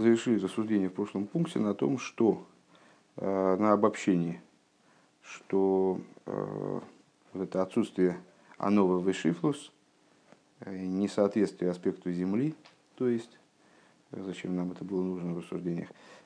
завершили рассуждение в прошлом пункте на том, что на обобщении, что вот это отсутствие анова вешифлус, несоответствие аспекту Земли, то есть, зачем нам это было нужно в рассуждениях,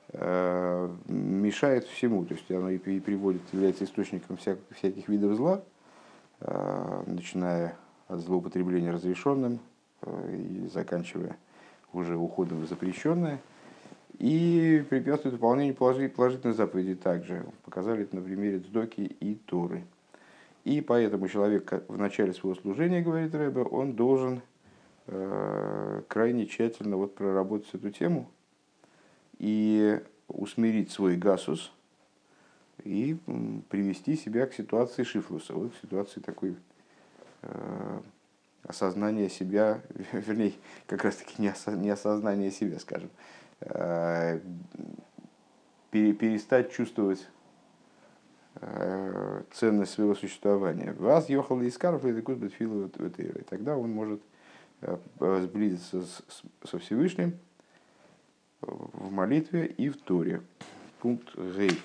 мешает всему, то есть оно и приводит, является источником всяких видов зла, начиная от злоупотребления разрешенным и заканчивая уже уходом в запрещенное, и препятствует выполнению положительных заповедей также. Показали это на примере Цдоки и Торы. И поэтому человек в начале своего служения, говорит Ребе, он должен крайне тщательно вот проработать эту тему и усмирить свой гасус и привести себя к ситуации шифлуса, вот к ситуации такой осознания себя, вернее, как раз таки не осознания себя, скажем, перестать чувствовать ценность своего существования. Вас ехал из Карфа и тогда он может сблизиться со Всевышним в молитве и в Торе. Пункт Гей.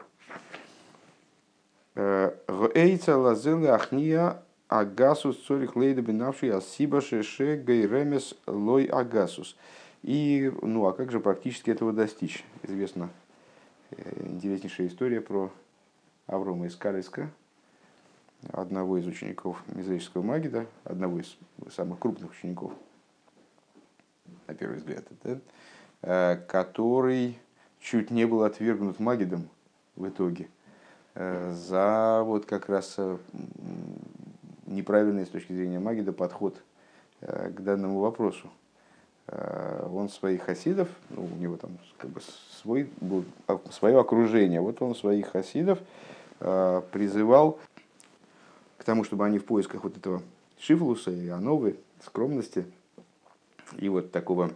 Гейца лазелы ахния агасус цорих лейда бинавший асиба шеше гейремес лой агасус. И, ну а как же практически этого достичь? Известна интереснейшая история про Аврома из Калиска, одного из учеников Мизраического Магида, одного из самых крупных учеников, на первый взгляд, который чуть не был отвергнут Магидом в итоге за вот как раз неправильный с точки зрения Магида подход к данному вопросу. Он своих хасидов, ну, у него там как бы свое окружение, вот он своих хасидов призывал к тому, чтобы они в поисках вот этого шифлуса и ановы, скромности и вот такого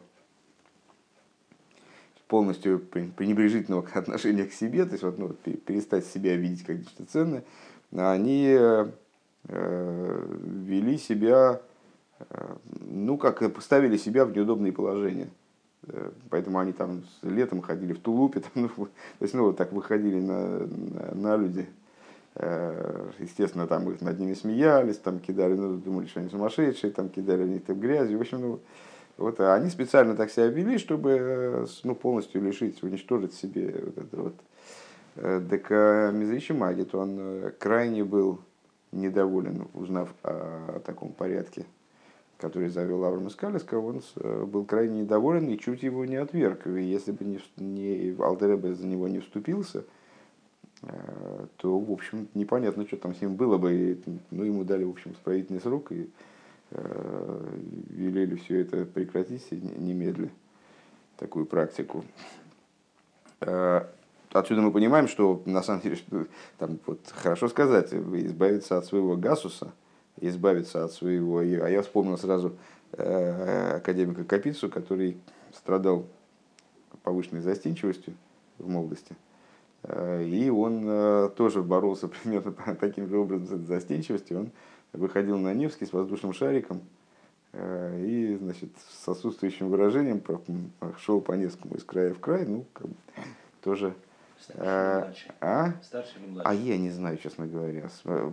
полностью пренебрежительного отношения к себе, то есть вот, ну, перестать себя видеть как нечто ценное, они вели себя, ну, как поставили себя в неудобные положения. Поэтому они там летом ходили в тулупе, там, ну, то есть, ну, вот так выходили на люди. Естественно, там их над ними смеялись, там кидали, ну, думали, что они сумасшедшие, там кидали в них там грязью. В общем, ну, вот они специально так себя вели, чтобы, ну, полностью лишить, уничтожить себе вот это вот. Так Мизричий Магид, он крайне был недоволен, узнав о таком порядке, который завел Авраам из Калиска, он был крайне недоволен и чуть его не отверг. И если бы не Алтер Ребе за него не вступился, то, в общем, непонятно, что там с ним было бы. Ну, ему дали, в общем, исправительный срок и велели все это прекратить немедленно, такую практику. Отсюда мы понимаем, что, на самом деле, что, там, вот, хорошо сказать, избавиться от своего гасуса, избавиться от своего... А я вспомнил сразу академика Капицу, который страдал повышенной застенчивостью в молодости. И он тоже боролся примерно таким же образом с застенчивостью. Он выходил на Невский с воздушным шариком и, значит, с отсутствующим выражением шел по Невскому из края в край. Ну, как бы, тоже... Старший или младший? А я не знаю, честно говоря.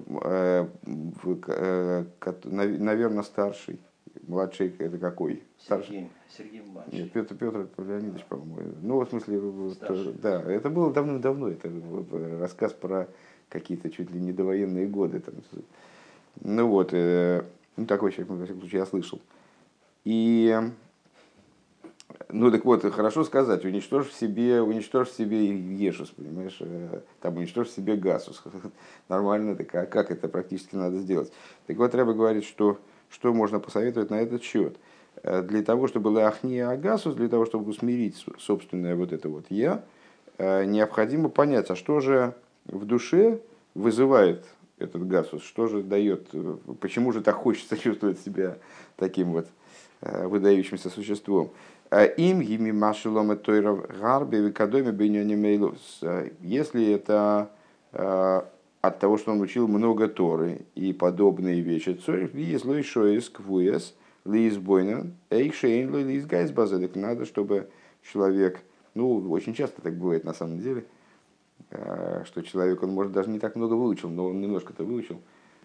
Наверное, старший. Младший это какой? Сергей младший. Нет, Петр Леонидович, по-моему. Ну, в смысле, старший. Да, это было давным-давно. Это рассказ про какие-то чуть ли не довоенные годы. Там. Ну вот, ну, такой человек, во всяком случае, я слышал. И, ну, так вот, хорошо сказать, уничтожь в себе ешус, понимаешь, там уничтожь в себе гасус. Нормально, так а как это практически надо сделать? Так вот, Ребе говорит, что можно посоветовать на этот счет. Для того, чтобы лахния агасус, для того, чтобы усмирить собственное вот это вот я, необходимо понять, а что же в душе вызывает этот гасус, что же дает, почему же так хочется чувствовать себя таким вот выдающимся существом. Им гими машилом тойров гарби викадоми бейнёнимейлус. Если это от того, что он учил много Торы и подобные вещи, цорих ли из лой шоис квуес ли из бойна эйк шейн лой ли из гайсбаза. Так надо, чтобы человек, ну, очень часто так бывает на самом деле, что человек, он, может, даже не так много выучил, но он немножко-то выучил,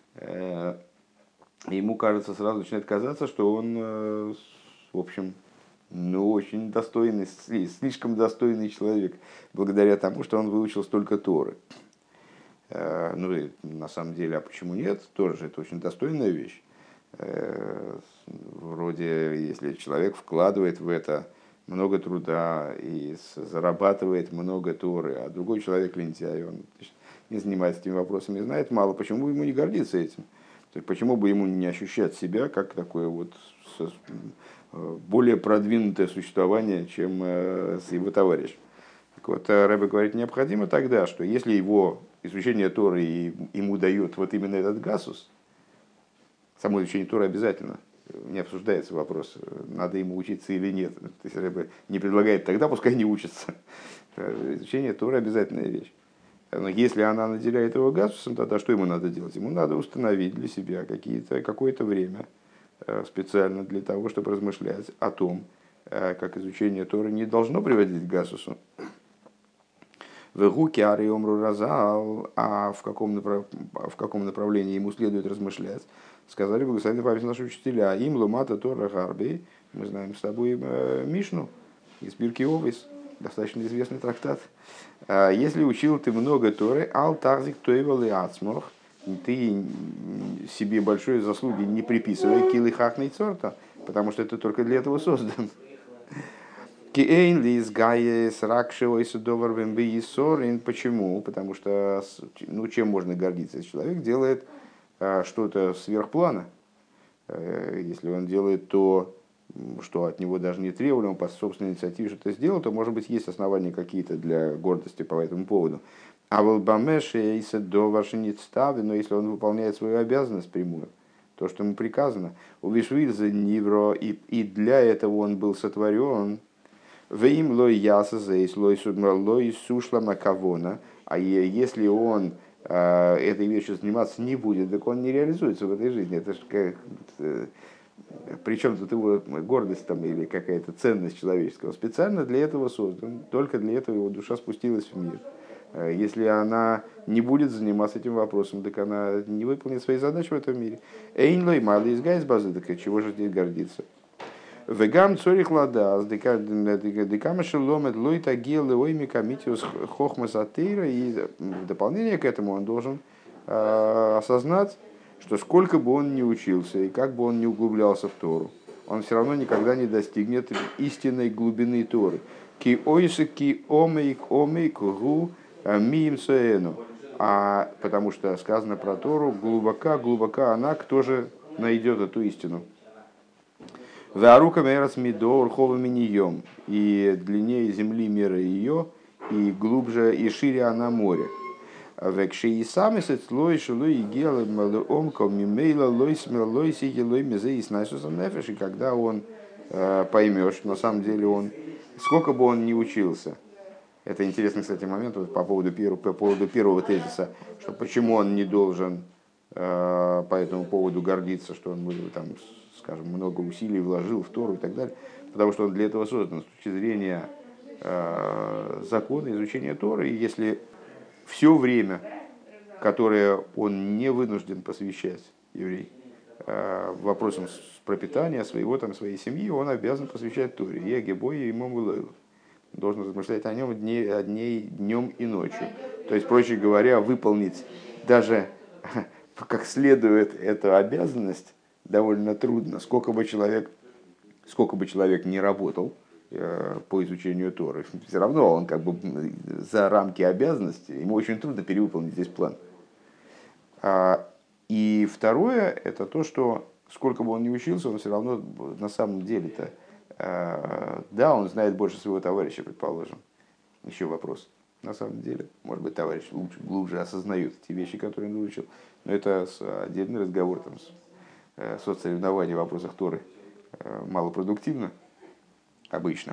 ему кажется, сразу начинает казаться, что он, в общем, ну, очень достойный, слишком достойный человек, благодаря тому, что он выучил столько Торы. Ну, и на самом деле, а почему нет? Тоже это очень достойная вещь. Вроде, если человек вкладывает в это много труда и зарабатывает много Торы, а другой человек лентяй, он не занимается этими вопросами, знает мало, почему бы ему не гордиться этим? То есть, почему бы ему не ощущать себя как такое вот более продвинутое существование, чем его товарищ? Так вот, Рэбе говорит, необходимо тогда, что если его изучение Торы ему дает вот именно этот гасус, само изучение Торы обязательно, не обсуждается вопрос, надо ему учиться или нет. То есть Рэбе не предлагает тогда, пускай не учится. Изучение Торы обязательная вещь. Но если она наделяет его гасусом, тогда что ему надо делать? Ему надо установить для себя какое-то время специально для того, чтобы размышлять о том, как изучение Торы не должно приводить к гасусу. В гуке ариомру разал, а в каком направлении ему следует размышлять, сказали благословенные память наши учителя, им лумата Тора Гарби, мы знаем с тобой Мишну из Пирки Овес, достаточно известный трактат. Если учил ты много Торы, ал тарзик тоевал и ацмох, ты себе большой заслуги не приписывай килы хахней цорта, потому что это только для этого создан. Почему? Потому что, ну, чем можно гордиться? Если человек делает что-то сверхплана, если он делает то, что от него даже не требовали, он по собственной инициативе что-то сделал, то, может быть, есть основания какие-то для гордости по этому поводу. А в Албамеше, если до вашей стави, но если он выполняет свою обязанность прямую, то, что ему приказано, у Вишвильза Нивро, и для этого он был сотворен. Веим лой яса зейс лой сушла макавона. А если он этой вещью заниматься не будет, так он не реализуется в этой жизни. Это же как, причем тут его гордость там, или какая-то ценность человеческого. Специально для этого создан. Только для этого его душа спустилась в мир. Если она не будет заниматься этим вопросом, так она не выполнит свои задачи в этом мире. Эйн лой мали из гайс базы, так чего же здесь гордиться? Вегам цорих ладас, декамаши ломет лойта гелы ойми комитиус хохмасатейра. И в дополнение к этому он должен осознать, что сколько бы он ни учился и как бы он ни углублялся в Тору, он все равно никогда не достигнет истинной глубины Торы. Ки ойсы ки омейк гу миим соэну. А потому что сказано про Тору, глубока она, кто же найдет эту истину. Варука мерас мидо урховыми ньем, и длиннее земли мира ее, и глубже и шире она море. Векши и сами сецлой шилой и гелы малоомко мимейла лойсмер лойси елой мезе и снайсусом нефеш, и когда он поймет, что на самом деле он, сколько бы он ни учился, это интересный, кстати, момент вот, по поводу первого тезиса, что почему он не должен по этому поводу гордиться, что он там, скажем, много усилий вложил в Тору и так далее, потому что он для этого создан с точки зрения закона, изучения Торы, и если все время, которое он не вынужден посвящать, еврей, вопросам пропитания своей семьи, он обязан посвящать Торе. Егебой и Момулейлу. Должен размышлять о нем днем и ночью. То есть, проще говоря, выполнить даже как следует эту обязанность довольно трудно. Сколько бы человек не работал по изучению Торы, все равно он как бы за рамки обязанностей, ему очень трудно перевыполнить здесь план. И второе, это то, что сколько бы он ни учился, он все равно на самом деле-то, да, он знает больше своего товарища, предположим. Еще вопрос. На самом деле, может быть, товарищ глубже осознает те вещи, которые он выучил. Но это отдельный разговор, там, соцсоревнования в вопросах Торы малопродуктивно обычно.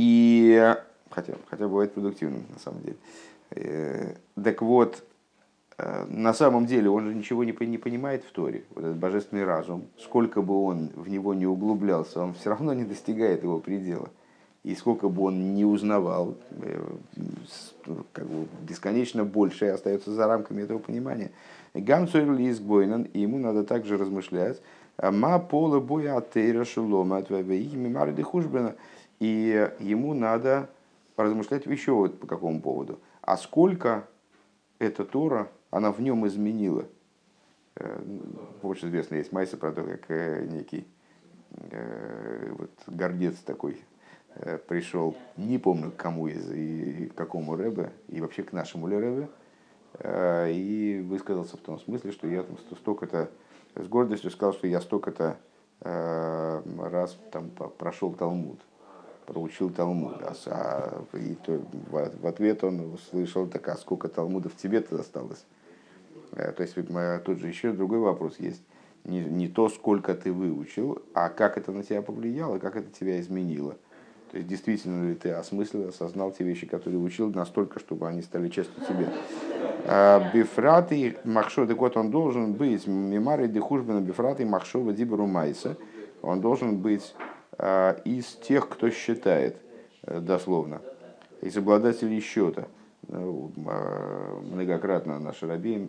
И хотя бывает продуктивным, на самом деле. Так вот, на самом деле он же ничего не понимает в Торе. Вот этот божественный разум, сколько бы он в него не углублялся, он все равно не достигает его предела. И сколько бы он ни узнавал, как бы бесконечно больше остается за рамками этого понимания. Гамцуэр лиск бойнан, и ему надо также размышлять. Ма пола боя атеира шелома отвебеихими марды хужбена. И ему надо размышлять еще вот по какому поводу. А сколько эта Тора, она в нем изменила. Очень известно, есть майса про то, как некий вот, гордец такой пришел, не помню к кому из и к какому рэбе, и вообще к нашему ли рэбе, и высказался в том смысле, что я там столько-то, с гордостью сказал, что я столько-то раз там прошел Талмуд, проучил Талмуд, и то, в ответ он услышал, так а сколько Талмудов тебе-то осталось? То есть тут же еще другой вопрос есть. Не то, сколько ты выучил, а как это на тебя повлияло, как это тебя изменило. То есть действительно ли ты осмыслил, осознал те вещи, которые учил, настолько, чтобы они стали частью тебя. Бифраты махшо, так вот он должен быть мемары дехужбена бифраты махшова дибру майса. Он должен быть из тех, кто считает, дословно, из обладателей счета. Многократно наш рабеем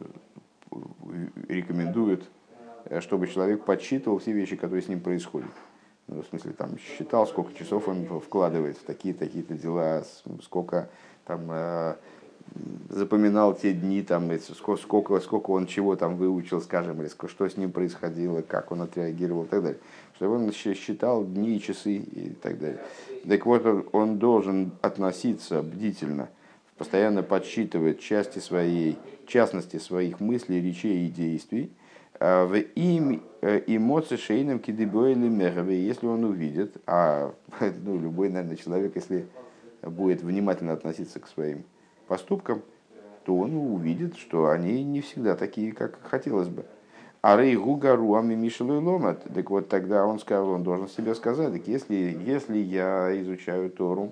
рекомендует, чтобы человек подсчитывал все вещи, которые с ним происходят. Ну, в смысле, там, считал, сколько часов он вкладывает в такие-то дела, сколько там, запоминал те дни, там, сколько он чего там выучил, скажем, или что с ним происходило, как он отреагировал и так далее. Чтобы он считал дни, часы и так далее. Так вот, он должен относиться бдительно, постоянно подсчитывать частности своих мыслей, речей и действий, в им эмоции шейным кидыбойли мехове, если он увидит, любой, наверное, человек, если будет внимательно относиться к своим поступкам, то он увидит, что они не всегда такие, как хотелось бы. А рейгу гаруами мишелой ломат, так вот тогда он сказал, он должен себе сказать, так если я изучаю Тору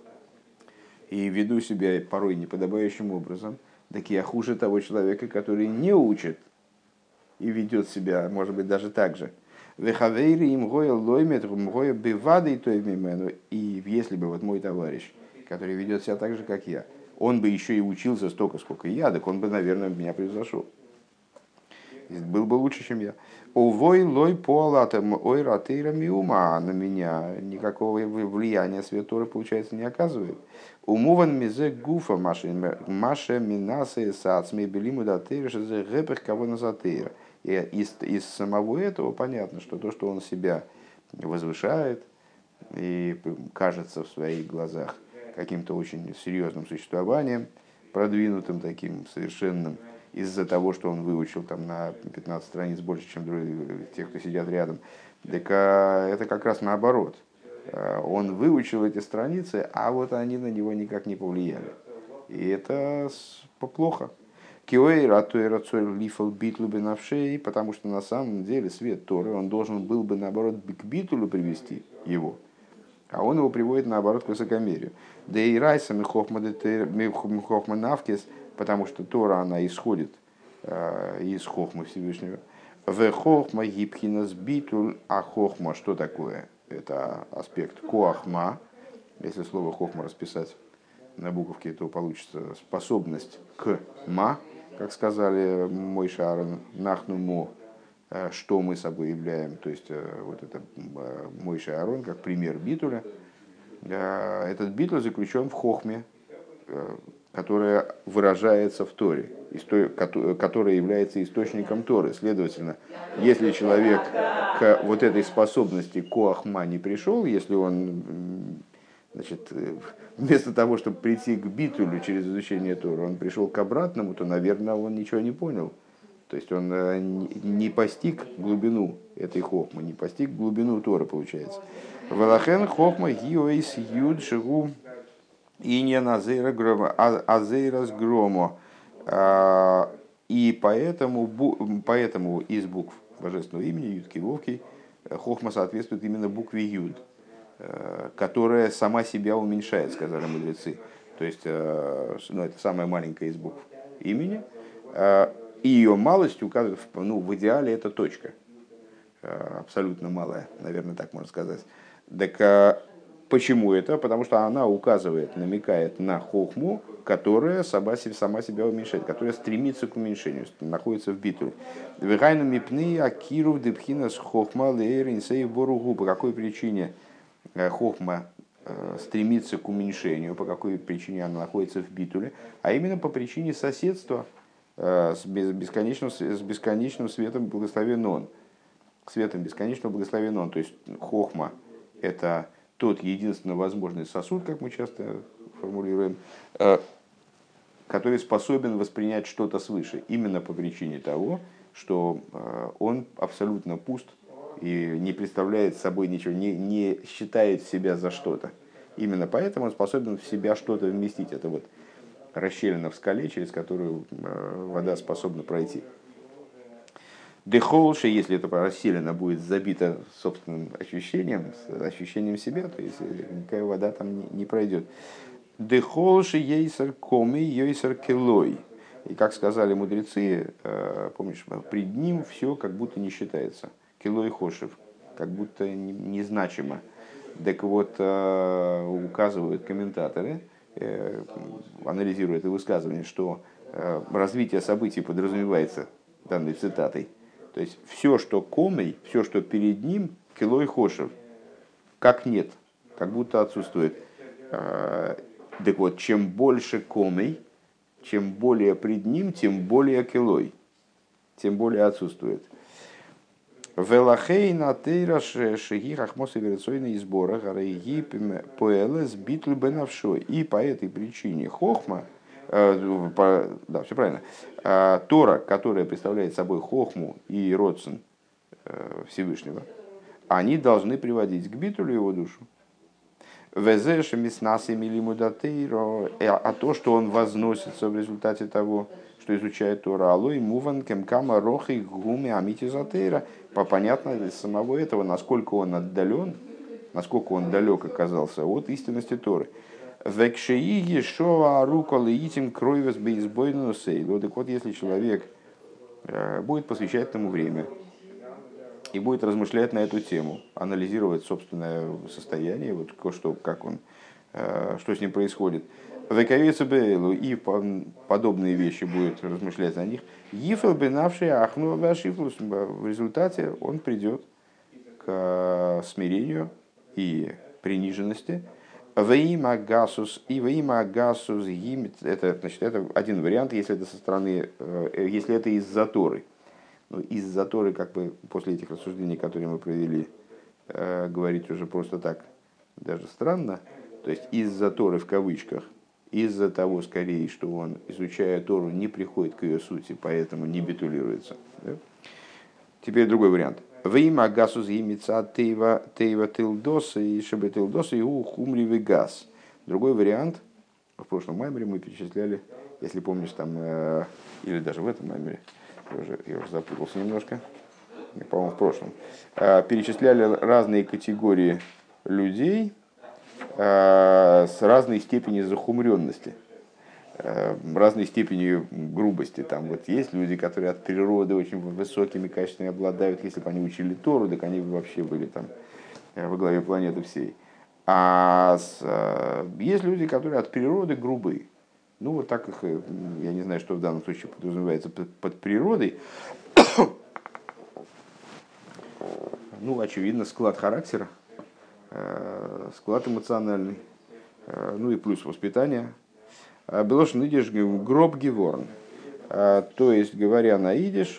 и веду себя порой неподобающим образом, так я хуже того человека, который не учит и ведет себя, может быть, даже так же. И если бы вот мой товарищ, который ведет себя так же, как я, он бы еще и учился столько, сколько и я, так он бы, наверное, меня превзошел. Был бы лучше, чем я. Увой лой полатам ой ратейра миума, на меня никакого влияния свет Торы, получается, не оказывает. Умуван мизе гуфа маша минасы сацми белиму датейра шезе гэпэх кого на затейра. И из самого этого понятно, что то, что он себя возвышает и кажется в своих глазах каким-то очень серьезным существованием, продвинутым таким, совершенным, из-за того, что он выучил там на 15 страниц больше, чем те, кто сидят рядом. Так это как раз наоборот. Он выучил эти страницы, а вот они на него никак не повлияли. И это плохо. Потому что на самом деле свет Торы, он должен был бы наоборот к битулю привести его, а он его приводит наоборот к высокомерию. Да и райса михохманавкис, потому что Тора, она исходит из хохмы Всевышнего. В хохма гибхинас битуль, а хохма что такое? Это аспект коахма. Если слово хохма расписать на буковке, то получится способность к ма, как сказали Мойше Аарон, нахну мо, что мы собой являем. То есть вот это Мойше Аарон как пример битуля. Этот битуль заключен в хохме, которая выражается в Торе, которая является источником Торы. Следовательно, если человек к вот этой способности коахма не пришел, если он, значит, вместо того, чтобы прийти к битулю через изучение Торы, он пришел к обратному, то, наверное, он ничего не понял. То есть он не постиг глубину этой хохмы, не постиг глубину Торы, получается. Валахен хохма гиоис юд шигу и не назейра грома, азейра с громо. И поэтому из букв божественного имени Юд Вовки хохма соответствует именно букве Юд, которая сама себя уменьшает, сказали мудрецы. То есть, это самая маленькая из букв имени, И ее малость указывает, в идеале это точка. Абсолютно малая, наверное, так можно сказать. Так почему это? Потому что она указывает, намекает на хохму, которая сама себя уменьшает, которая стремится к уменьшению, находится в битуле. Вегайну мипны акиру депхинас хохма лейринсей боругу. По какой причине хохма стремится к уменьшению, по какой причине она находится в битуле, а именно по причине соседства с бесконечным светом благословен он. Светом бесконечного благословен он. То есть хохма – это тот единственно возможный сосуд, как мы часто формулируем, который способен воспринять что-то свыше, именно по причине того, что он абсолютно пуст и не представляет собой ничего, не считает себя за что-то. Именно поэтому он способен в себя что-то вместить. Это вот расщелина в скале, через которую вода способна пройти. Дехолше, если эта расселена будет забита собственным ощущением себя, то есть никакая вода там не пройдет. Дехолше ейсер коми ейсер келой. И как сказали мудрецы, помнишь, пред ним все как будто не считается. Келой хошев, как будто незначимо. Так вот, указывают комментаторы, анализируя это высказывание, что развитие событий подразумевается данной цитатой. То есть все, что комей, все, что перед ним, килой хошев, как нет, как будто отсутствует. Так вот, чем больше комей, чем более пред ним, тем более килой, тем более отсутствует. Велахей на тейраш шеги хахмосы верцойные сбора гарайги поэлес битл бенавшой. И по этой причине хохма, да, все правильно, Тора, которая представляет собой хохму и родствен Всевышнего, они должны приводить к битулю его душу. Везеш миснасы милимудатейро, а то, что он возносится в результате того, что изучает Тора, алой муван кемкама рохи гуми амитизатейра, понятно из самого этого, насколько он отдален, насколько он далек оказался от истинности Торы. Векшеиги шоа руколы итим кроевес бейсбойну сейлу. Так вот, если человек будет посвящать этому время и будет размышлять на эту тему, анализировать собственное состояние, вот что с ним происходит, и подобные вещи будет размышлять о них, в результате он придет к смирению и приниженности. Это один вариант, если это со стороны, если это из-за Торы. Из-за Торы, как бы после этих рассуждений, которые мы провели, говорить уже просто так даже странно. То есть из-за Торы в кавычках, из-за того скорее, что он, изучая Тору, не приходит к ее сути, поэтому не битулируется. Да? Теперь другой вариант. Вейма гасус гимица тейва тилдоса и шебе тилдоса и ухумри вегас. Другой вариант. В прошлом маймере мы перечисляли, если помнишь, там, или даже в этом маймере, я уже запутался немножко, по-моему, в прошлом, перечисляли разные категории людей с разной степенью захумренности, разной степенью грубости. Там вот есть люди, которые от природы очень высокими качествами обладают. Если бы они учили Тору, так они бы вообще были там во главе планеты всей. Есть люди, которые от природы грубые. Ну, вот так их, я не знаю, что в данном случае подразумевается под природой. Ну, очевидно, склад характера, склад эмоциональный, ну и плюс воспитание. Белош идиш гроб геворн. То есть, говоря на идиш,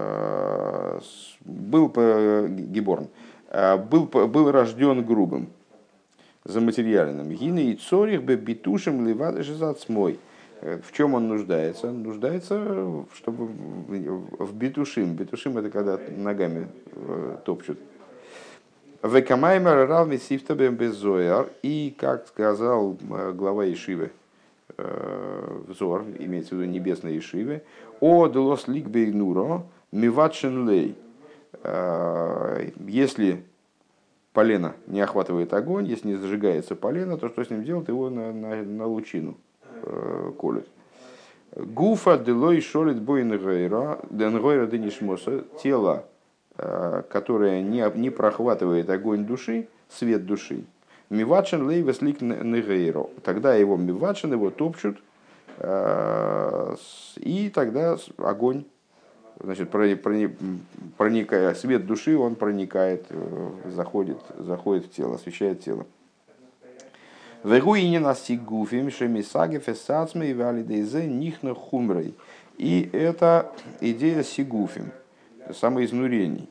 был геборн, был рожден грубым, заматериальным. Гины и цорих бы битушем ливадыш зацмой. В чем он нуждается? Нуждается, чтобы в битушим. Битушим — это когда ногами топчут. Векамаймер рав мисифтабем безояр. И, как сказал глава Ешивы, взор, имеется в виду небесной Ешивы, о делос лик бейнуро миватшен лей. Если полено не охватывает огонь, если не зажигается полено, то что с ним делать? Его на лучину колют. Гуфа делой шолит бойнгойра, денгойра денишмоса, тело, которое не прохватывает огонь души, свет души. Мивачен лейвес лик негейро. Тогда его мивачен, его топчут, и тогда огонь, значит, проникает, свет души, он проникает, заходит в тело, освещает тело. И это идея сигуфим, самоизнурений,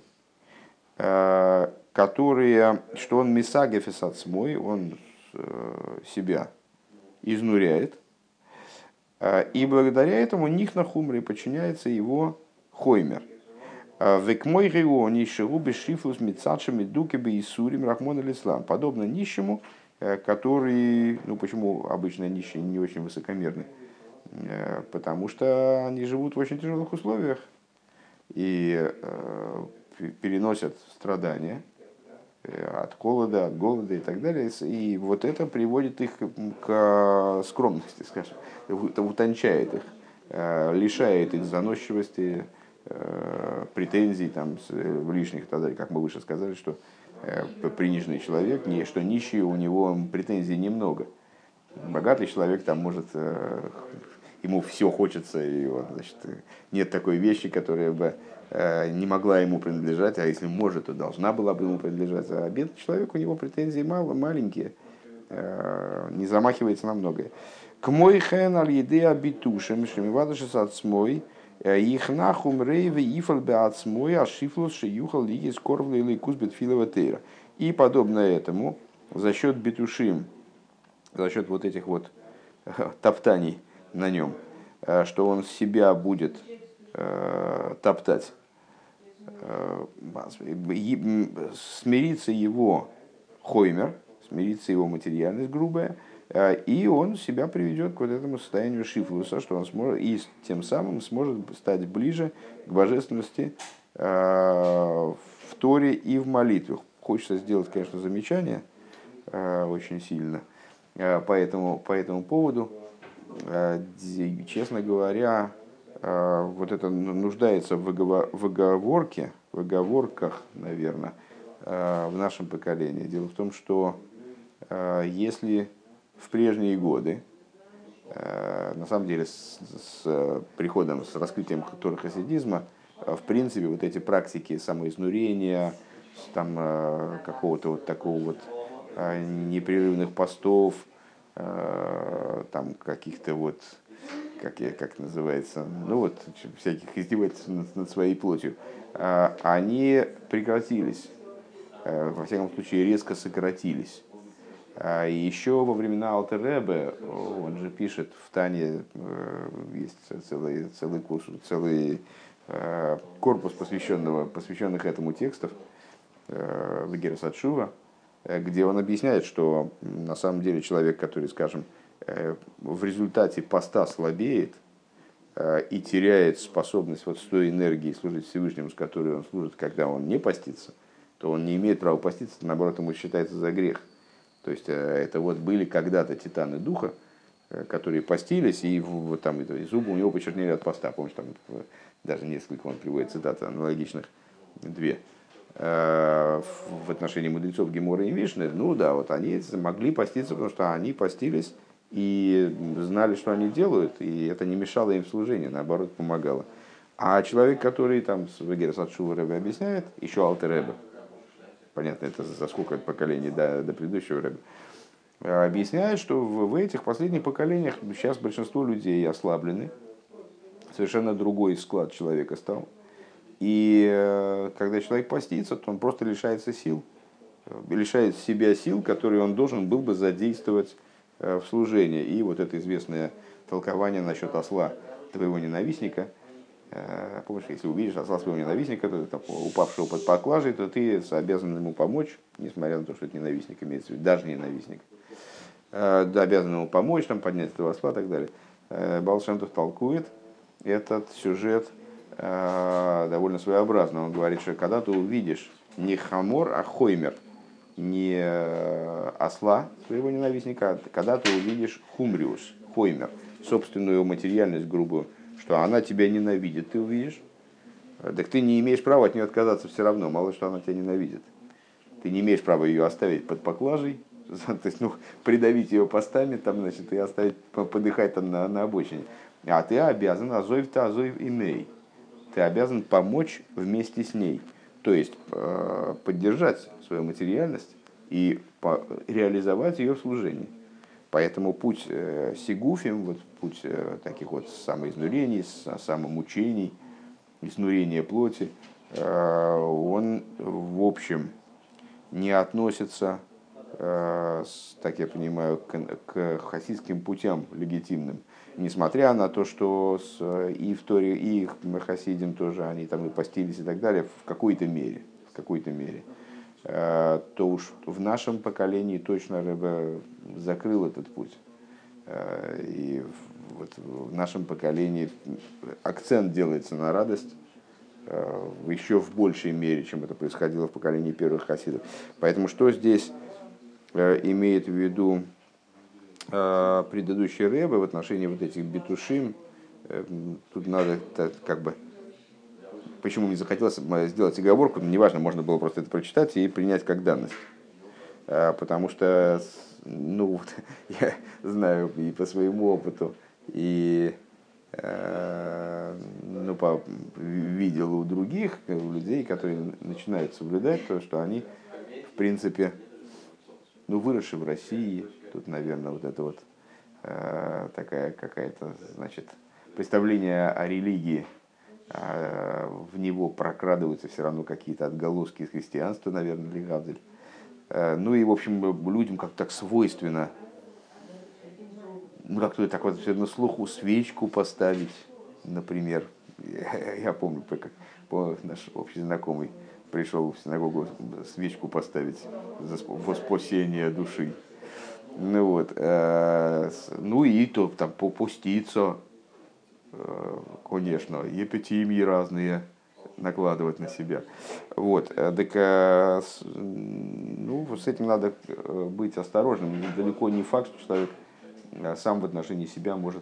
которые, что он мисагефесацмой, он себя изнуряет, и благодаря этому нихна хумрой подчиняется его хоймер. Векмой риони шигубы шифлус мицачами дукебе и сурим рахмон алислам. Подобно нищему, который, ну почему обычно нищие не очень высокомерны? Потому что они живут в очень тяжелых условиях и переносят страдания от холода, от голода и так далее. И вот это приводит их к скромности, скажем, утончает их, лишает их заносчивости, претензий там, лишних и так далее. Как мы выше сказали, что приниженный человек, что нищий, у него претензий немного. Богатый человек там может, ему все хочется, и вот, значит, нет такой вещи, которая бы не могла ему принадлежать, а если может, то должна была бы ему принадлежать. А бедный человек, у него претензии маленькие, не замахивается на многое. К мой хэн аль еды абитушем, шемивадышес отсмой, их нахум рейве ифал бе отсмой, а шифлус шеюхал лиги скорвлы или кузбет филова тейра. И подобно этому, за счет битушим, за счет вот этих вот топтаний на нем, что он себя будет топтать, смирится его хоймер, смирится его материальность грубая, и он себя приведет к вот этому состоянию шифлуса, что он сможет, и тем самым сможет стать ближе к божественности в Торе и в молитвах. Хочется сделать, конечно, замечание очень сильно по этому поводу. Честно говоря, вот это нуждается в оговорках, наверное, в нашем поколении. Дело в том, что если в прежние годы, на самом деле, с приходом, с раскрытием хасидизма, в принципе, вот эти практики самоизнурения, там, какого-то вот такого вот непрерывных постов, там каких-то вот, как называется, ну вот, всяких издевательств над своей плотью, они прекратились, во всяком случае резко сократились. И еще во времена Алтер Ребе, он же пишет в Тане, есть целый курс, целый корпус, посвященных этому текстов, в Герас Атшува, где он объясняет, что на самом деле человек, который, скажем, в результате поста слабеет и теряет способность вот с той энергией служить Всевышнему, с которой он служит, когда он не постится, то он не имеет права поститься, наоборот, ему считается за грех. То есть это вот были когда-то титаны духа, которые постились, и вот там и зубы у него почернели от поста. Помнишь, там даже несколько он приводит цитат аналогичных, две. В отношении мудрецов Гемора и Мишны, ну да, вот они могли поститься, потому что они постились и знали, что они делают, и это не мешало им в служении, наоборот, помогало. А человек, который там в Герас Атшува Ребе объясняет, еще Алтер Ребе, понятно, это за сколько поколений до предыдущего Ребе, объясняет, что в этих последних поколениях сейчас большинство людей ослаблены, совершенно другой склад человека стал. И когда человек постится, то он просто лишается сил, лишает себя сил, которые он должен был бы задействовать в служении. И вот это известное толкование насчет осла твоего ненавистника. Помнишь, если увидишь осла своего ненавистника, упавшего под поклажей, то ты обязан ему помочь, несмотря на то, что это ненавистник имеется в виду, даже ненавистник. Обязан ему помочь, там, поднять этого осла и так далее. Баал Шем Тов толкует этот сюжет довольно своеобразно. Он говорит, что когда ты увидишь не хамор, а хоймер, не осла своего ненавистника, когда ты увидишь хумриус, хоймер, собственную материальность грубую, что она тебя ненавидит, ты увидишь, так ты не имеешь права от нее отказаться все равно, мало что она тебя ненавидит. Ты не имеешь права ее оставить под поклажей, то есть, придавить ее постами, там, значит, и оставить подыхать там на обочине. А ты обязан, азоев-то азоев имей. Ты обязан помочь вместе с ней. То есть поддержать свою материальность и реализовать ее в служении. Поэтому путь сигуфим, вот путь таких вот самоизнурений, самомучений, изнурения плоти, он в общем не относится, так я понимаю, к хасидским путям легитимным. Несмотря на то, что и в Торе, и их хасидим тоже, они там и постились и так далее, в какой-то мере. То уж в нашем поколении точно Ребе закрыл этот путь. И вот в нашем поколении акцент делается на радость еще в большей мере, чем это происходило в поколении первых хасидов. Поэтому что здесь имеет в виду предыдущий Ребе в отношении вот этих битушим, тут надо как бы... Почему мне захотелось сделать оговорку, неважно, можно было просто это прочитать и принять как данность. Потому что, вот, я знаю и по своему опыту, и видел у других, у людей, которые начинают соблюдать то, что они, в принципе, выросшие в России, тут, наверное, вот это вот такая какая-то, значит, представление о религии, в него прокрадываются все равно какие-то отголоски из христианства, наверное, или Гавдель. И, в общем, людям как-то так свойственно, как-то так вот на слуху свечку поставить, например. Я помню, как наш общий знакомый пришел в синагогу свечку поставить во спасение души. И то там попуститься, конечно, епитимии разные накладывать на себя. Так, с этим надо быть осторожным. Далеко не факт, что человек сам в отношении себя может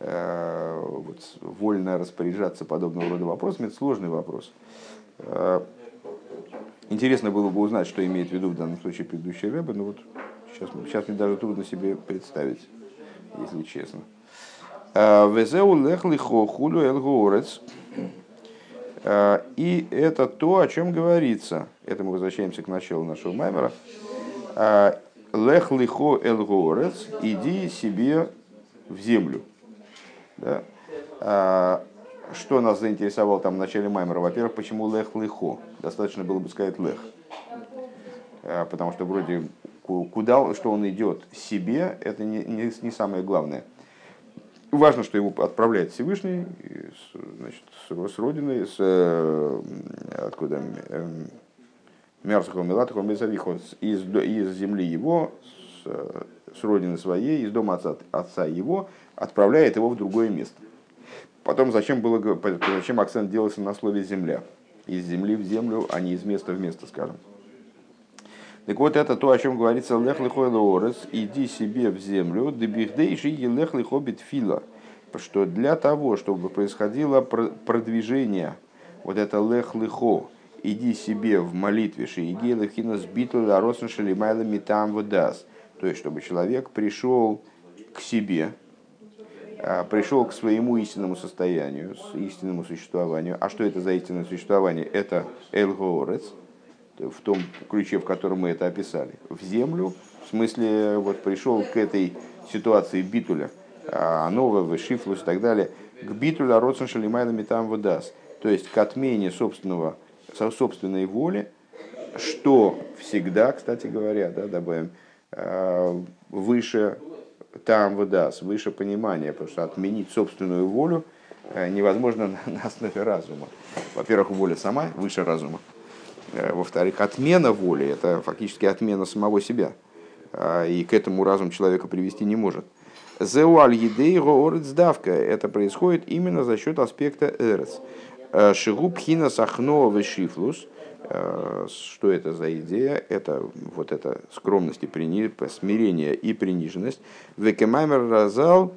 вольно распоряжаться подобного рода вопросами. Это сложный вопрос. Интересно было бы узнать, что имеет в виду в данном случае предыдущий Ребе, но сейчас мне даже трудно себе представить, если честно. Везеу лех лихо хулю эл гоорец. И это то, о чем говорится. Это мы возвращаемся к началу нашего маймера. Лех лихо эл гоорец, иди себе в землю. Да? Что нас заинтересовало там в начале маймера? Во-первых, почему лех лихо? Достаточно было бы сказать лех. Потому что вроде куда, что он идет себе, это не самое главное. Важно, что его отправляет Всевышний, значит, с родины, откуда Мерсахом Милатахом Мезавихо, из земли его, с родины своей, из дома отца его, отправляет его в другое место. Потом зачем акцент делался на слове земля? Из земли в землю, а не из места в место, скажем. Так вот, это то, о чем говорится, лех лихо элоорес, иди себе в землю, дебихдейши и лех лихо битфила, что для того, чтобы происходило продвижение, вот это лех лихо, иди себе в молитве, шииги лехина сбиту ларосн шелимайла митам водас, то есть, чтобы человек пришел к себе, пришел к своему истинному состоянию, истинному существованию. А что это за истинное существование? Это эль-гоорец, в том ключе, в котором мы это описали, в землю, в смысле, пришел к этой ситуации битуля, нового, шифлус и так далее, к битуля родсен шалимайна метам выдаст, то есть к отмене собственной воли, что всегда, кстати говоря, добавим, выше там выдаст, выше понимания, потому что отменить собственную волю невозможно на основе разума. Во-первых, воля сама выше разума. Во-вторых, отмена воли – это фактически отмена самого себя. И к этому разум человека привести не может. Зеуаль едей гоорец давка – это происходит именно за счет аспекта эрец. Шигуб хина сахно вешифлус. Что это за идея? Это вот эта скромность и смирение и приниженность. Векемаймер разал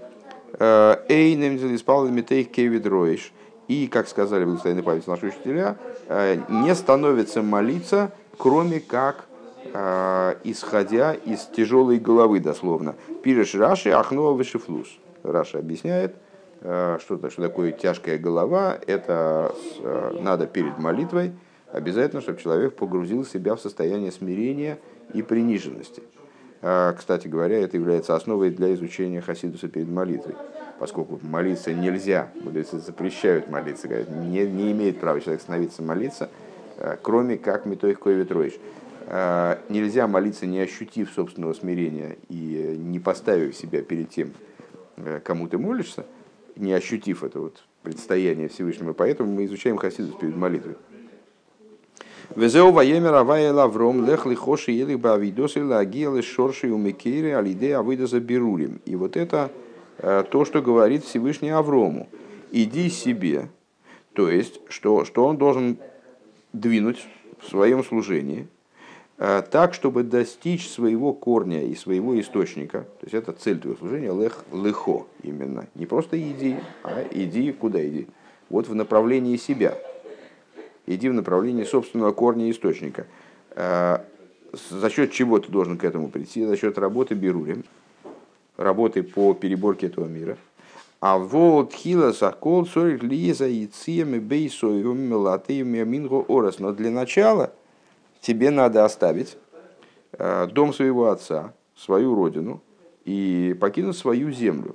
Эйнем залиспал митейх кевид роиш. И, как сказали благословенной памяти наши учителя, не становится молиться, кроме как исходя из тяжелой головы, дословно. Пиреш Раши ахнуа вешифлус. Раша объясняет, что такое тяжкая голова. Это надо перед молитвой обязательно, чтобы человек погрузил себя в состояние смирения и приниженности. Кстати говоря, это является основой для изучения хасидуса перед молитвой, поскольку молиться нельзя, мудрецы запрещают молиться, говорят, не имеет права человек становиться молиться, кроме как митоих ковид роиш. Нельзя молиться, не ощутив собственного смирения и не поставив себя перед тем, кому ты молишься, не ощутив это вот предстояние Всевышнего. Поэтому мы изучаем хасидус перед молитвой. Везеу ваемер авай лавром лех лихоши елих бавидосы лагиелы шорши умекири алиде авидоза берурим. И вот это то, что говорит Всевышний Аврому. Иди себе. То есть, что он должен двинуть в своем служении так, чтобы достичь своего корня и своего источника. То есть, это цель твоего служения, лехо именно. Не просто иди, а иди, куда иди? Вот в направлении себя. Иди в направлении собственного корня и источника. За счет чего ты должен к этому прийти? За счет работы берурим, работы по переборке этого мира. А вот хила сакол сорик лиза и циеми бейсоевыми мелатыми минго орас. Но для начала тебе надо оставить дом своего отца, свою родину и покинуть свою землю.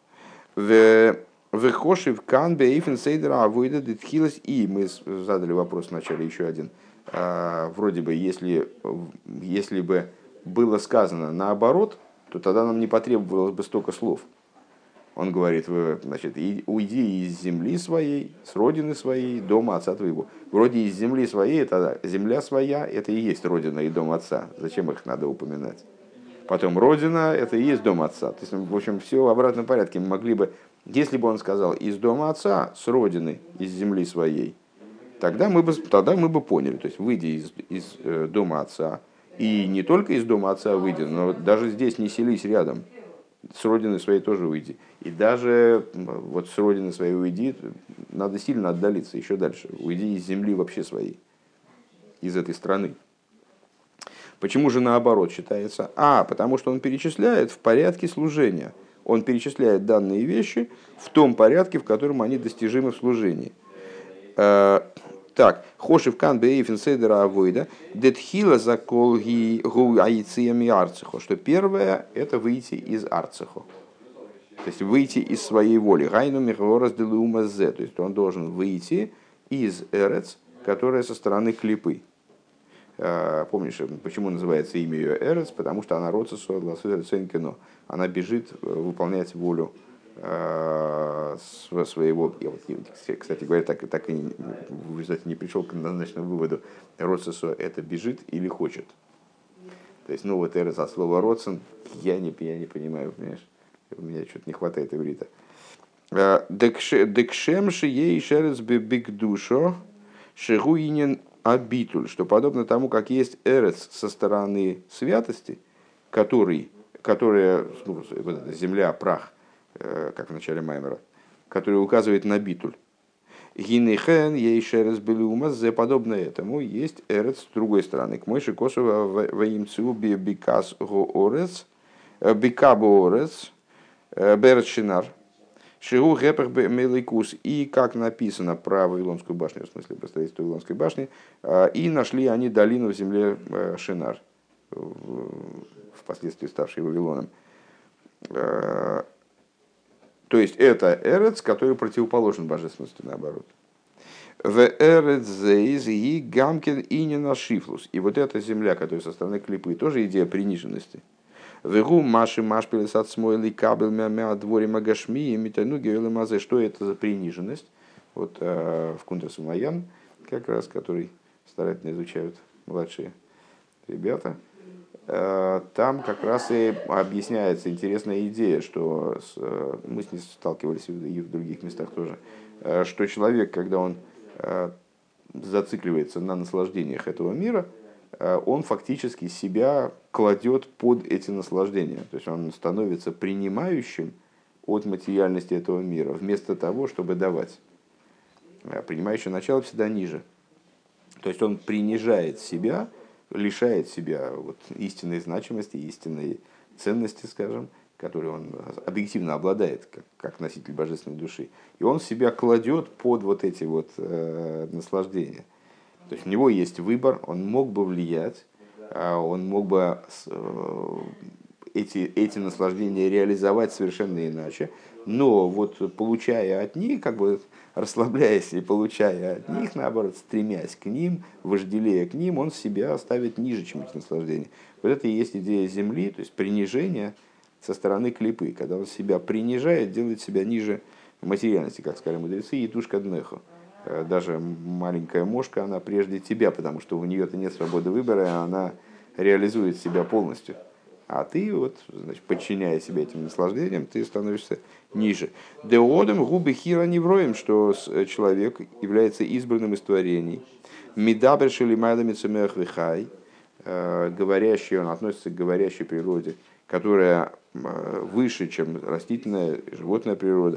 Вехошив кан бейфен сейдера авойда детхилас. И мы задали вопрос вначале еще один. Вроде бы, если бы было сказано наоборот, то тогда нам не потребовалось бы столько слов. Он говорит, значит, уйди из земли своей, с родины своей, дома отца твоего. Вроде из земли своей, это земля своя, это и есть родина и дом отца. Зачем их надо упоминать? Потом родина, это и есть дом отца. То есть, в общем, все в обратном порядке. Мы могли бы, если бы он сказал из дома отца, с родины, из земли своей, тогда мы бы поняли. То есть, выйди из дома отца, и не только из дома отца выйди, но даже здесь не селись рядом. С родины своей тоже уйди. И даже вот с родины своей уйди, надо сильно отдалиться еще дальше. Уйди из земли вообще своей, из этой страны. Почему же наоборот считается? Потому что он перечисляет в порядке служения. Он перечисляет данные вещи в том порядке, в котором они достижимы в служении. Так, хошив кан бейфен седера авойда, детхила закол ги гу айциями арцехо, что первое это выйти из арцехо, то есть выйти из своей воли. Гайну михворас делума зе, то есть он должен выйти из эрец, которая со стороны клипы. Помнишь, почему называется имя ее эрец? Потому что она родится кино, она бежит выполнять волю своего, я вот, кстати говоря, так и в результате не пришел к однозначному выводу, родсесо это бежит или хочет. То есть, ну вот эрец от слова родсен, я не понимаю, понимаешь, у меня что-то не хватает иврита. Декшемши ей шерец биг душо шегуинен абитуль, что подобно тому, как есть эрец со стороны святости, которая земля, прах, как в начале Маймера, который указывает на битуль. Гинехен ей шерец белумаз, подобно этому есть эрец с другой стороны. К мойши косова ваимцу бикас гоорец, бикабоорец, берчинар, шигу гепах меликус. И как написано про Вавилонскую башню, в смысле про строительство Вавилонской башни, и нашли они долину в земле Шинар, впоследствии ставшей Вавилоном. То есть это эрец, который противоположен божественности, наоборот. В эрец зейз и гамкин и не на шифлус. И вот эта земля, которая со стороны клипы, тоже идея приниженности. Вегу маши машпилес от смойли кабель мя дворе магашми и метану гейлемазе. Что это за приниженность? Вот в Кунтрас Маян, как раз, который старательно изучают младшие ребята. Там как раз и объясняется интересная идея, что мы с ней сталкивались и в других местах тоже, что человек, когда он зацикливается на наслаждениях этого мира, он фактически себя кладет под эти наслаждения. То есть он становится принимающим от материальности этого мира, вместо того, чтобы давать. Принимающее начало всегда ниже. То есть он принижает себя, лишает себя вот истинной значимости, истинной ценности, скажем, которой он объективно обладает, как носитель божественной души. И он себя кладет под вот эти вот наслаждения. То есть у него есть выбор, он мог бы влиять, он мог бы эти наслаждения реализовать совершенно иначе, но вот получая от них, как бы расслабляясь и получая от них, наоборот, стремясь к ним, вожделея к ним, он себя ставит ниже, чем эти наслаждения. Вот это и есть идея земли, то есть принижение со стороны клипы, когда он себя принижает, делает себя ниже материальности, как сказали мудрецы, и тушка днехо. Даже маленькая мошка, она прежде тебя, потому что у нее-то нет свободы выбора, и она реализует себя полностью. А ты, вот, значит, подчиняя себя этим наслаждениям, ты становишься ниже. Деодем губы хира невроем, что человек является избранным из творений. Мидабер шелимайдами цемех вихай, говорящий, он относится к говорящей природе, которая выше, чем растительная, животная природа.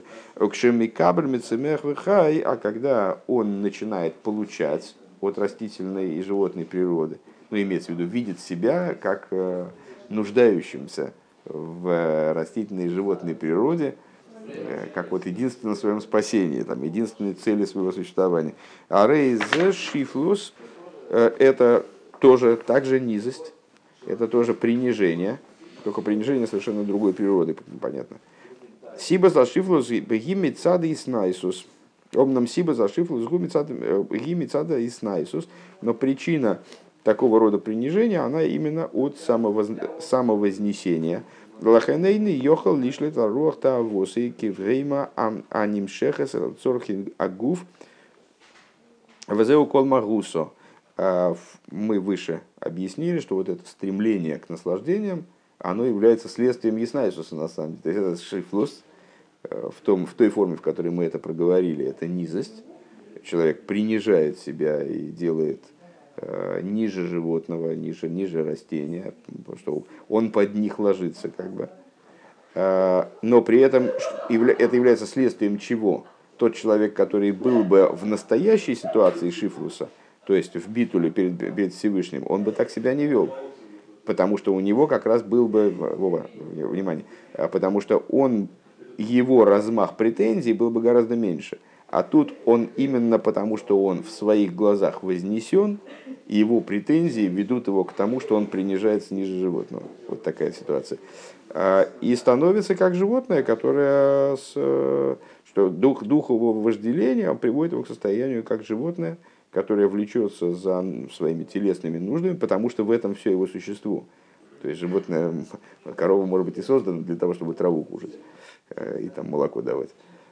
А когда он начинает получать от растительной и животной природы, ну, имеется в виду, видит себя как нуждающимся в растительной и животной природе, как вот единственном своем спасении, там, единственной цели своего существования. А рейзе шифлус – это тоже также низость, это тоже принижение, только принижение совершенно другой природы, понятно. Сиба зашифлус гими цада и снайсус. Омнам сиба зашифлус гими цада и снайсус. Но причина такого рода принижения, она именно от самовознесения. Лаханейны йохал лишлет аруах таавосы киврейма анимшехес цорхин агуф вазеу колмагусо. Мы выше объяснили, что вот это стремление к наслаждениям, оно является следствием яснайсуса, на самом деле. То есть это шифлус в той форме, в которой мы это проговорили, это низость. Человек принижает себя и делает ниже животного, ниже растения, потому что он под них ложится, как бы. Но при этом это является следствием чего? Тот человек, который был бы в настоящей ситуации шифлуса, то есть в битуле перед Всевышним, он бы так себя не вел. Потому что у него как раз был бы, внимание, потому что его размах претензий был бы гораздо меньше. А тут он именно потому, что он в своих глазах вознесен, и его претензии ведут его к тому, что он принижается ниже животного. Вот такая ситуация. И становится как животное, которое, что дух его вожделения приводит его к состоянию как животное, которое влечется за своими телесными нуждами, потому что в этом все его существо. То есть животное, корова может быть и создана для того, чтобы траву кушать и там молоко давать.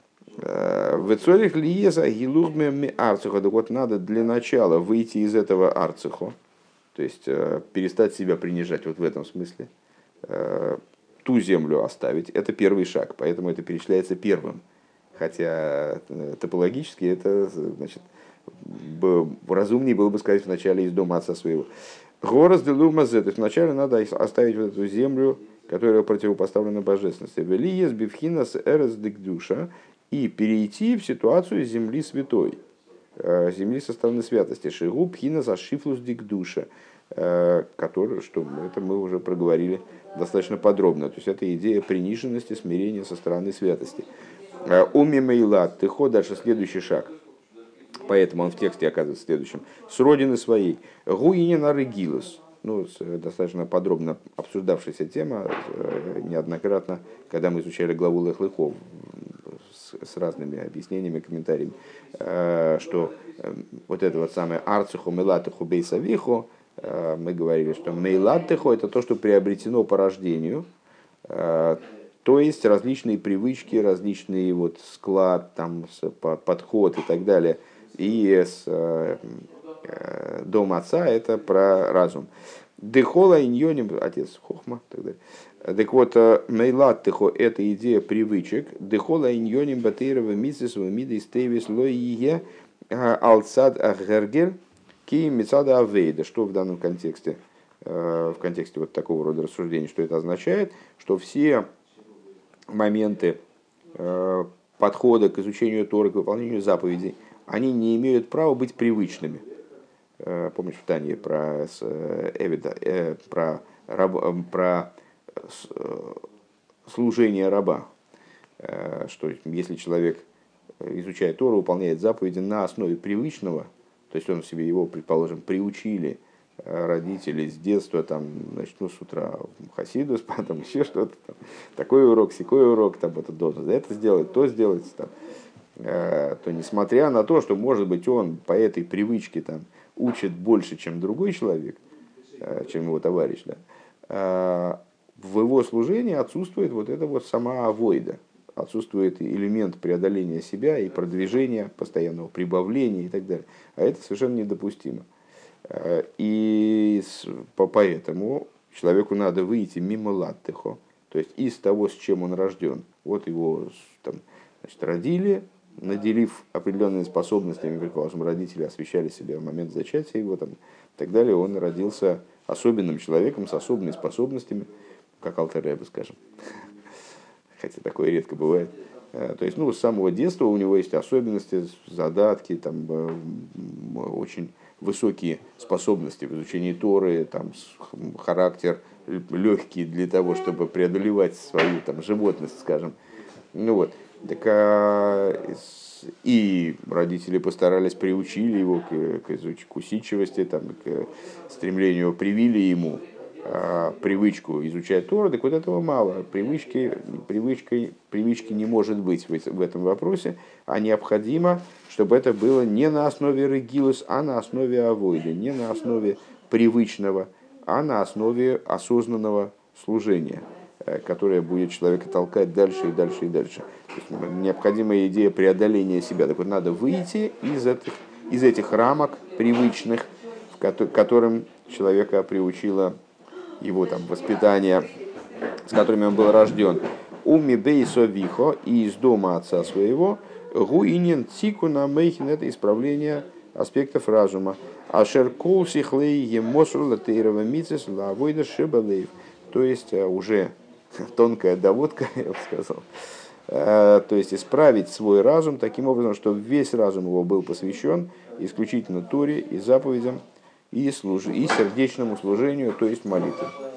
В цорих лиеза гилугме арцихо. Так вот, надо для начала выйти из этого арцихо, то есть перестать себя принижать вот в этом смысле, ту землю оставить. Это первый шаг, поэтому это перечисляется первым. Хотя топологически это, значит, разумнее было бы сказать вначале из дома отца своего. Горос де лумазе, то есть вначале надо оставить вот эту землю, которая противопоставлена божественности. Велиес бифхинас эрес дикдуша, и перейти в ситуацию земли святой, земли со стороны святости. Шигу пхинас ашифлус дикдуша, который, что это мы уже проговорили достаточно подробно. То есть это идея приниженности, смирения со стороны святости. Уми мейлат, тыхо, дальше следующий шаг. Поэтому он в тексте оказывается следующим. С родины своей. Гуинин арегилус. Ну, достаточно подробно обсуждавшаяся тема неоднократно, когда мы изучали главу Лех-Лехов с разными объяснениями, комментариями, что вот это вот самое арциху, мейлатыху, бейсавиху, мы говорили, что мейлатыху это то, что приобретено по рождению, то есть различные привычки, различный вот склад, там, подход и так далее. И дом отца это про разум. Дехола иньоним, отец хохма, так далее. Так вот, мейлаттыхо это идея привычек. Дехола иньоним батейрова митсис вамида истейвис лоие алцад ахгергер ки мицада авейда. Что в данном контексте, в контексте вот такого рода рассуждений, что это означает, что все моменты подхода к изучению Торы, к выполнению заповедей, они не имеют права быть привычными. Помнишь в Тане про Эвида, про служение раба, что если человек, изучая Тору, выполняет заповеди на основе привычного, то есть он себе его, предположим, приучили родители с детства, там, значит, с утра хасидус, там еще что-то, там, такой урок, сякой урок, там, это должен это сделать, то сделать, там, то несмотря на то, что, может быть, он по этой привычке там, учит больше, чем другой человек, чем его товарищ, да, в его служении отсутствует вот эта вот сама авойда, отсутствует элемент преодоления себя и продвижения, постоянного прибавления и так далее. А это совершенно недопустимо. И поэтому человеку надо выйти мимо латтехо, то есть из того, с чем он рожден. Вот его там, значит, родили, наделив определенными способностями, предположим, родители освещали себя в момент зачатия его там, и так далее, он родился особенным человеком с особыми способностями, как Алтер Ребе, скажем. Хотя такое редко бывает. То есть, с самого детства у него есть особенности, задатки, там, очень высокие способности в изучении Торы, там, характер легкий для того, чтобы преодолевать свою там, животность, скажем. И родители постарались, приучили его к усидчивости, там, к стремлению, привили ему привычку изучать Тору, так вот этого мало. Привычки не может быть в этом вопросе, а необходимо, чтобы это было не на основе регилус, а на основе авойды, не на основе привычного, а на основе осознанного служения, которое будет человека толкать дальше и дальше и дальше. То есть, необходимая идея преодоления себя. Так вот, надо выйти из этих рамок привычных, к которым человека приучило его там, воспитание, с которыми он был рожден. Уми бейсо вихо, и из дома отца своего, гуинен цикуна мейхин, это исправление аспектов разума. Ашер кол сихлей емосрула тейрова мицес лавойда шибалеев. То есть уже тонкая доводка, я бы сказал. То есть исправить свой разум таким образом, чтобы весь разум его был посвящен исключительно Торе и заповедям, и сердечному служению, то есть молитве.